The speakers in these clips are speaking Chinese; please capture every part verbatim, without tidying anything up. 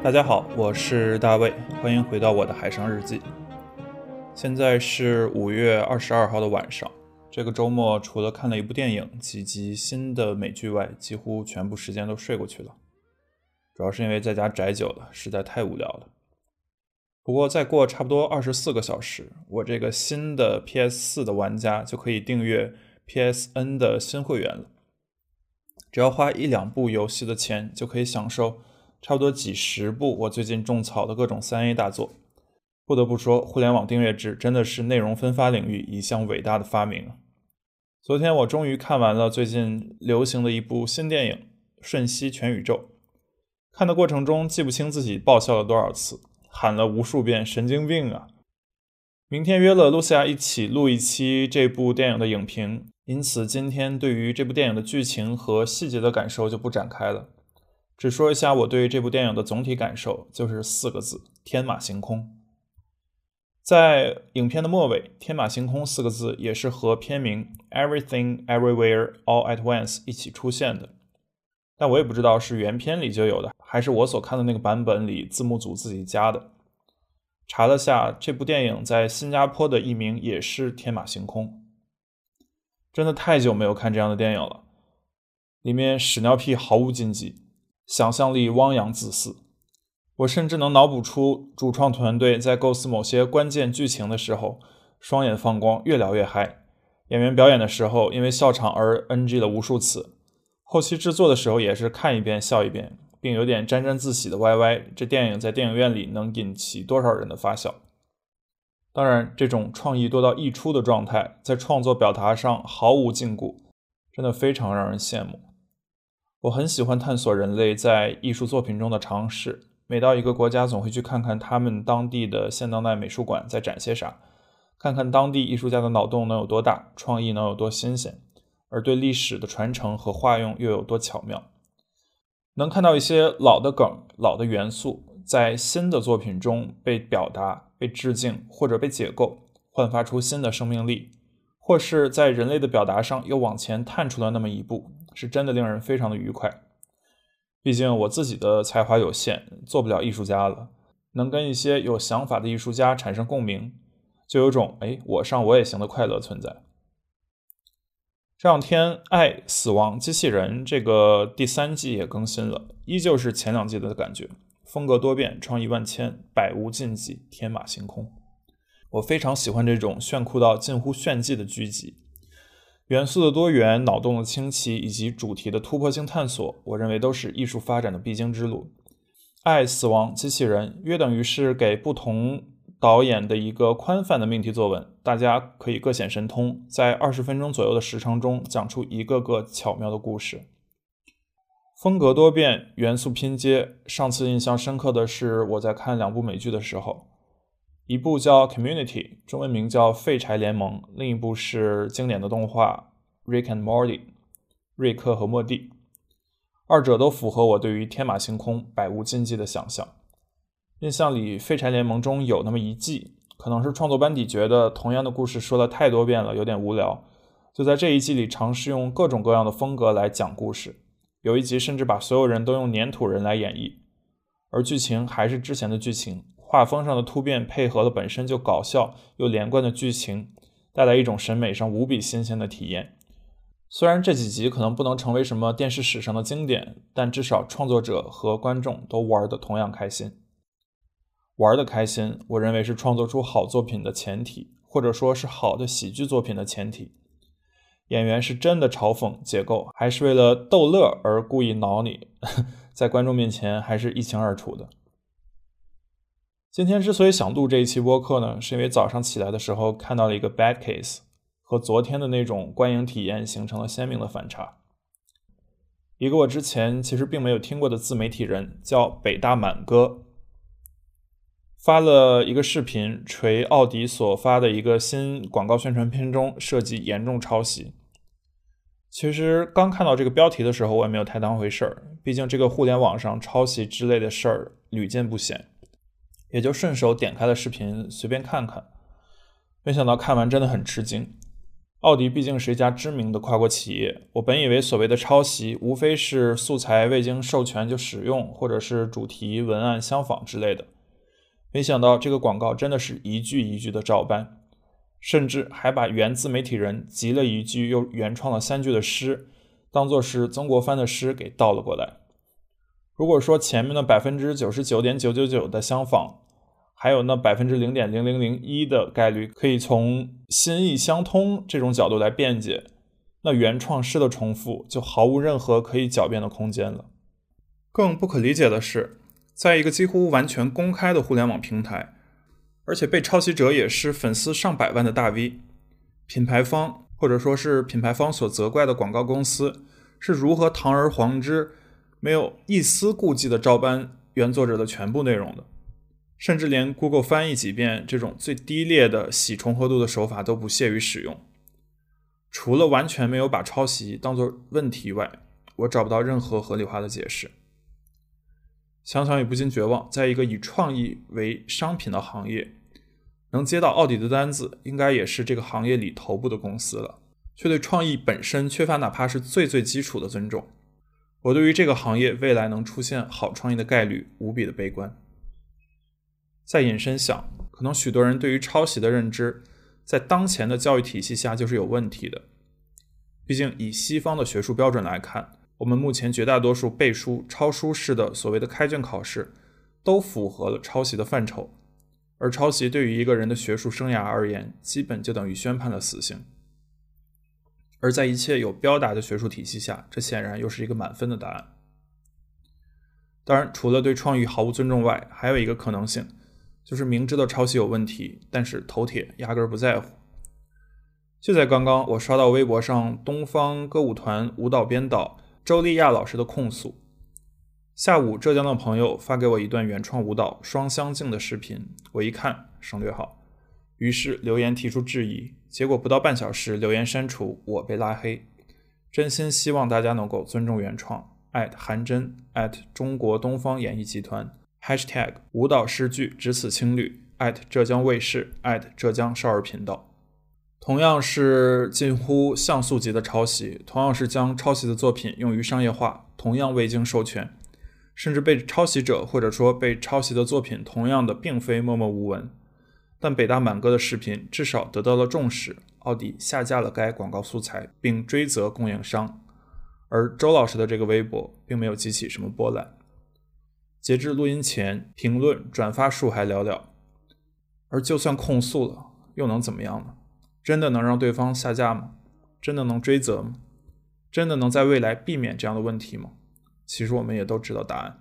大家好，我是大卫，欢迎回到我的海上日记。现在是五月二十二号的晚上，这个周末除了看了一部电影、几集新的美剧外，几乎全部时间都睡过去了。主要是因为在家宅久了，实在太无聊了。不过再过差不多二十四个小时，我这个新的 P S 四 的玩家就可以订阅 P S N 的新会员了。只要花一两部游戏的钱，就可以享受差不多几十部我最近种草的各种 三 A 大作。不得不说，互联网订阅制真的是内容分发领域一项伟大的发明。昨天我终于看完了最近流行的一部新电影《瞬息全宇宙》。看的过程中记不清自己爆笑了多少次，喊了无数遍神经病啊。明天约了露西亚一起录一期这部电影的影评，因此今天对于这部电影的剧情和细节的感受就不展开了，只说一下我对这部电影的总体感受，就是四个字：天马行空。在影片的末尾，天马行空四个字也是和片名 Everything Everywhere All at Once 一起出现的，但我也不知道是原片里就有的，还是我所看的那个版本里字幕组自己加的。查了下，这部电影在新加坡的译名也是天马行空。真的太久没有看这样的电影了，里面屎尿屁毫无禁忌，想象力汪洋恣肆。我甚至能脑补出主创团队在构思某些关键剧情的时候，双眼放光，越聊越嗨。演员表演的时候，因为笑场而 N G 了无数次。后期制作的时候也是看一遍笑一遍，并有点沾沾自喜的歪歪，这电影在电影院里能引起多少人的发笑。当然，这种创意多到溢出的状态，在创作表达上毫无禁锢，真的非常让人羡慕。我很喜欢探索人类在艺术作品中的尝试，每到一个国家总会去看看他们当地的现当代美术馆在展些啥，看看当地艺术家的脑洞能有多大，创意能有多新鲜，而对历史的传承和化用又有多巧妙。能看到一些老的梗、老的元素在新的作品中被表达、被致敬或者被解构，焕发出新的生命力，或是在人类的表达上又往前探出了那么一步，是真的令人非常的愉快。毕竟我自己的才华有限，做不了艺术家了，能跟一些有想法的艺术家产生共鸣，就有种哎，我上我也行的快乐存在。这两天《爱、死亡、机器人》这个第三季也更新了，依旧是前两季的感觉，风格多变，创意万千，百无禁忌，天马行空。我非常喜欢这种炫酷到近乎炫技的剧集，元素的多元、脑洞的清奇以及主题的突破性探索，我认为都是艺术发展的必经之路。爱、死亡、机器人约等于是给不同导演的一个宽泛的命题作文，大家可以各显神通，在二十分钟左右的时长中讲出一个个巧妙的故事。风格多变，元素拼接，上次印象深刻的是我在看两部美剧的时候，一部叫 Community， 中文名叫废柴联盟，另一部是经典的动画 Rick and Morty， 瑞克和莫蒂。二者都符合我对于天马行空、百无禁忌的想象。印象里废柴联盟中有那么一季，可能是创作班底觉得同样的故事说了太多遍了，有点无聊，就在这一季里尝试用各种各样的风格来讲故事，有一集甚至把所有人都用粘土人来演绎，而剧情还是之前的剧情，画风上的突变配合了本身就搞笑又连贯的剧情，带来一种审美上无比新鲜的体验。虽然这几集可能不能成为什么电视史上的经典，但至少创作者和观众都玩得同样开心。玩得开心，我认为是创作出好作品的前提，或者说是好的喜剧作品的前提。演员是真的嘲讽解构，还是为了逗乐而故意挠你，在观众面前还是一清二楚的。今天之所以想录这一期播客呢，是因为早上起来的时候看到了一个 bad case， 和昨天的那种观影体验形成了鲜明的反差。一个我之前其实并没有听过的自媒体人叫北大满哥，发了一个视频，锤奥迪所发的一个新广告宣传片中涉及严重抄袭。其实刚看到这个标题的时候，我也没有太当回事儿，毕竟这个互联网上抄袭之类的事儿屡见不鲜，也就顺手点开了视频随便看看。没想到看完真的很吃惊。 奥迪毕竟是一家知名的跨国企业，我本以为所谓的抄袭无非是素材未经授权就使用，或者是主题文案相仿之类的，没想到这个广告真的是一句一句的照搬，甚至还把原自媒体人集了一句又原创了三句的诗当作是曾国藩的诗给倒了过来。如果说前面的 百分之九十九点九九九 的相仿，还有那 百分之零点零零零一 的概率可以从心意相通这种角度来辩解，那原创诗的重复就毫无任何可以狡辩的空间了。更不可理解的是，在一个几乎完全公开的互联网平台，而且被抄袭者也是粉丝上百万的大 V， 品牌方或者说是品牌方所责怪的广告公司是如何堂而皇之没有一丝顾忌的照搬原作者的全部内容的，甚至连 Google 翻译几遍这种最低劣的洗重合度的手法都不屑于使用。除了完全没有把抄袭当作问题外，我找不到任何合理化的解释。想想也不禁绝望，在一个以创意为商品的行业，能接到奥迪的单子应该也是这个行业里头部的公司了，却对创意本身缺乏哪怕是最最基础的尊重。我对于这个行业未来能出现好创意的概率无比的悲观。再引申想，可能许多人对于抄袭的认知在当前的教育体系下就是有问题的。毕竟以西方的学术标准来看，我们目前绝大多数背书抄书式的所谓的开卷考试都符合了抄袭的范畴，而抄袭对于一个人的学术生涯而言基本就等于宣判了死刑。而在一切有标答的学术体系下，这显然又是一个满分的答案。当然，除了对创意毫无尊重外，还有一个可能性，就是明知道抄袭有问题，但是头铁压根不在乎。就在刚刚，我刷到微博上东方歌舞团舞蹈编导周丽亚老师的控诉。下午浙江的朋友发给我一段原创舞蹈双相敬的视频，我一看省略号，于是留言提出质疑，结果不到半小时留言删除，我被拉黑。真心希望大家能够尊重原创， at 韩真 at 中国东方演艺集团#舞蹈诗句只此青绿 at 浙江卫视 at 浙江少儿频道。同样是近乎像素级的抄袭，同样是将抄袭的作品用于商业化，同样未经授权，甚至被抄袭者或者说被抄袭的作品同样的并非默默无闻，但北大满哥的视频至少得到了重视，奥迪下架了该广告素材并追责供应商，而周老师的这个微博并没有激起什么波澜。截至录音前，评论转发数还寥寥，而就算控诉了又能怎么样呢？真的能让对方下架吗？真的能追责吗？真的能在未来避免这样的问题吗？其实我们也都知道答案。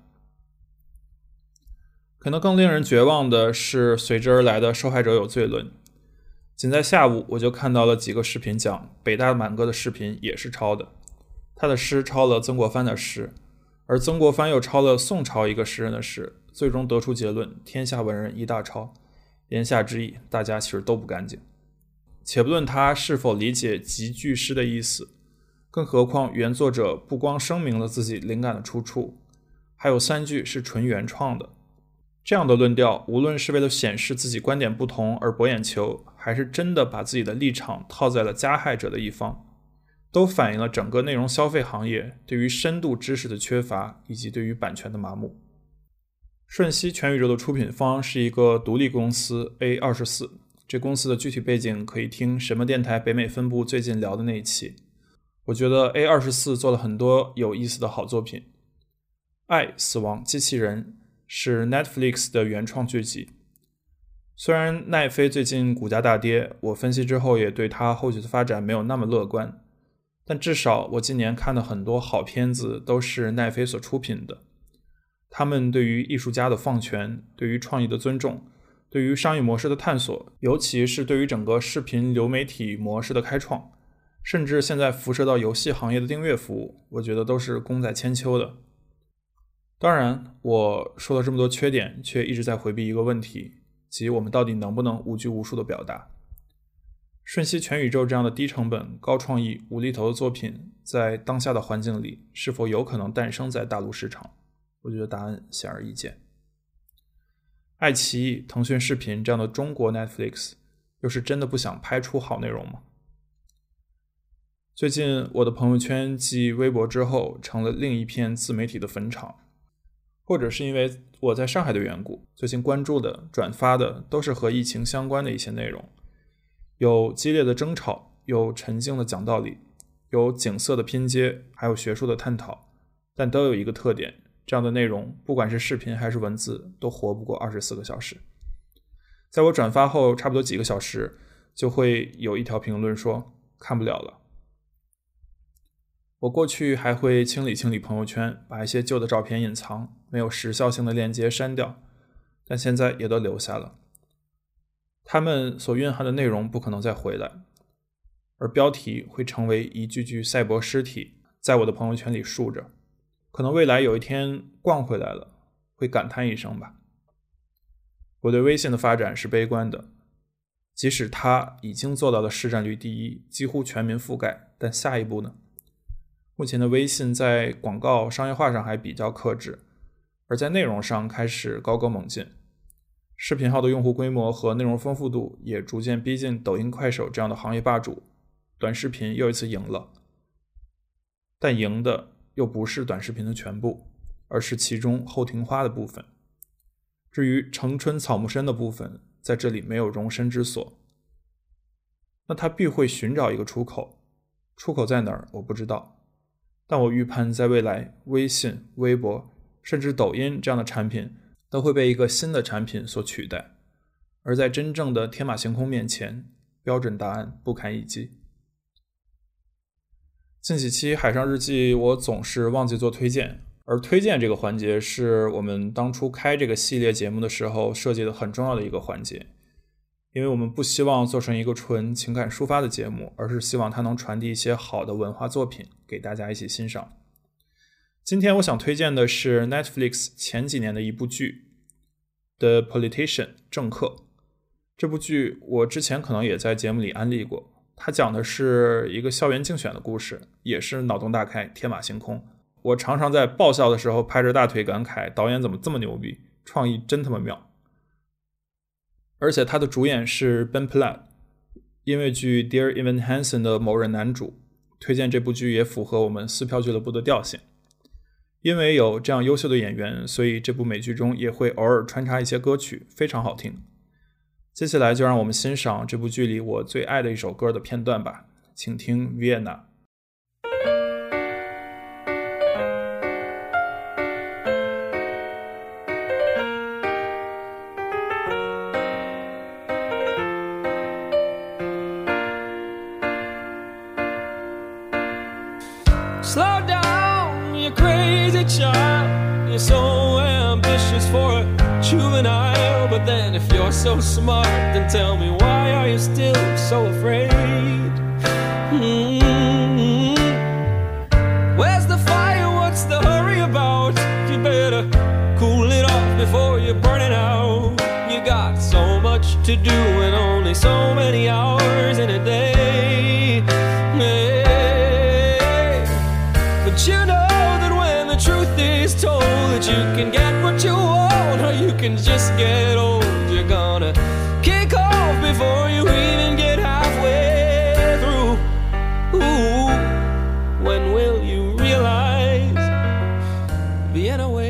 可能更令人绝望的是随之而来的受害者有罪论。仅在下午我就看到了几个视频讲北大满哥的视频也是抄的，他的诗抄了曾国藩的诗，而曾国藩又抄了宋朝一个诗人的诗，最终得出结论，天下文人一大抄。言下之意，大家其实都不干净。且不论他是否理解集句诗的意思，更何况原作者不光声明了自己灵感的出处，还有三句是纯原创的。这样的论调，无论是为了显示自己观点不同而博眼球，还是真的把自己的立场套在了加害者的一方，都反映了整个内容消费行业对于深度知识的缺乏，以及对于版权的麻木。瞬息全宇宙的出品方是一个独立公司 A 二十四，这公司的具体背景可以听什么电台北美分部最近聊的那一期。我觉得 A 二十四 做了很多有意思的好作品。爱、死亡、机器人是 Netflix 的原创剧集。虽然奈飞最近股价大跌，我分析之后也对它后续的发展没有那么乐观，但至少我今年看的很多好片子都是奈飞所出品的。他们对于艺术家的放权，对于创意的尊重，对于商业模式的探索，尤其是对于整个视频流媒体模式的开创，甚至现在辐射到游戏行业的订阅服务，我觉得都是功在千秋的。当然，我说了这么多缺点，却一直在回避一个问题，即我们到底能不能无拘无束的表达。瞬息全宇宙这样的低成本、高创意、无厘头的作品，在当下的环境里，是否有可能诞生在大陆市场？我觉得答案显而易见。爱奇艺、腾讯视频这样的中国 Netflix， 又是真的不想拍出好内容吗？ 最近我的朋友圈继微博之后成了另一片自媒体的坟场，或者是因为我在上海的缘故，最近关注的转发的都是和疫情相关的一些内容，有激烈的争吵，有沉静的讲道理，有景色的拼接，还有学术的探讨，但都有一个特点，这样的内容不管是视频还是文字都活不过二十四个小时。在我转发后差不多几个小时，就会有一条评论说看不了了。我过去还会清理清理朋友圈，把一些旧的照片隐藏，没有时效性的链接删掉，但现在也都留下了。它们所蕴含的内容不可能再回来，而标题会成为一具具赛博尸体，在我的朋友圈里竖着。可能未来有一天逛回来了，会感叹一声吧。我对微信的发展是悲观的，即使它已经做到了市占率第一，几乎全民覆盖，但下一步呢？目前的微信在广告商业化上还比较克制，而在内容上开始高歌猛进。视频号的用户规模和内容丰富度也逐渐逼近抖音、快手这样的行业霸主，短视频又一次赢了。但赢的又不是短视频的全部，而是其中后庭花的部分。至于城春草木深的部分，在这里没有容身之所。那它必会寻找一个出口，出口在哪儿我不知道。但我预判在未来，微信、微博甚至抖音这样的产品都会被一个新的产品所取代，而在真正的天马行空面前，标准答案不堪一击。近几期海上日记我总是忘记做推荐，而推荐这个环节是我们当初开这个系列节目的时候设计的很重要的一个环节。因为我们不希望做成一个纯情感抒发的节目，而是希望它能传递一些好的文化作品给大家一起欣赏。今天我想推荐的是 Netflix 前几年的一部剧 The Politician 政客。这部剧我之前可能也在节目里安利过，它讲的是一个校园竞选的故事，也是脑洞大开，天马行空。我常常在爆笑的时候拍着大腿感慨，导演怎么这么牛逼，创意真他妈妙。而且他的主演是 Ben Platt， 音乐剧 Dear Evan Hansen 的某人男主。推荐这部剧也符合我们撕票俱乐部的调性。因为有这样优秀的演员，所以这部美剧中也会偶尔穿插一些歌曲，非常好听。接下来就让我们欣赏这部剧里我最爱的一首歌的片段吧，请听 Vienna。Slow down, you crazy child. You're so ambitious for a juvenile. But then if you're so smart, then tell me, why are you still so afraid? Mm-hmm. Where's the fire? What's the hurry about? You better cool it off before you burn it out. You got so much to do and only so many hours in a day. Hey. But you know that when the truth is told, that you can get what you want, or you can just get old. You're gonna kick off before you even get halfway through. Ooh, when will you realize Vienna waits?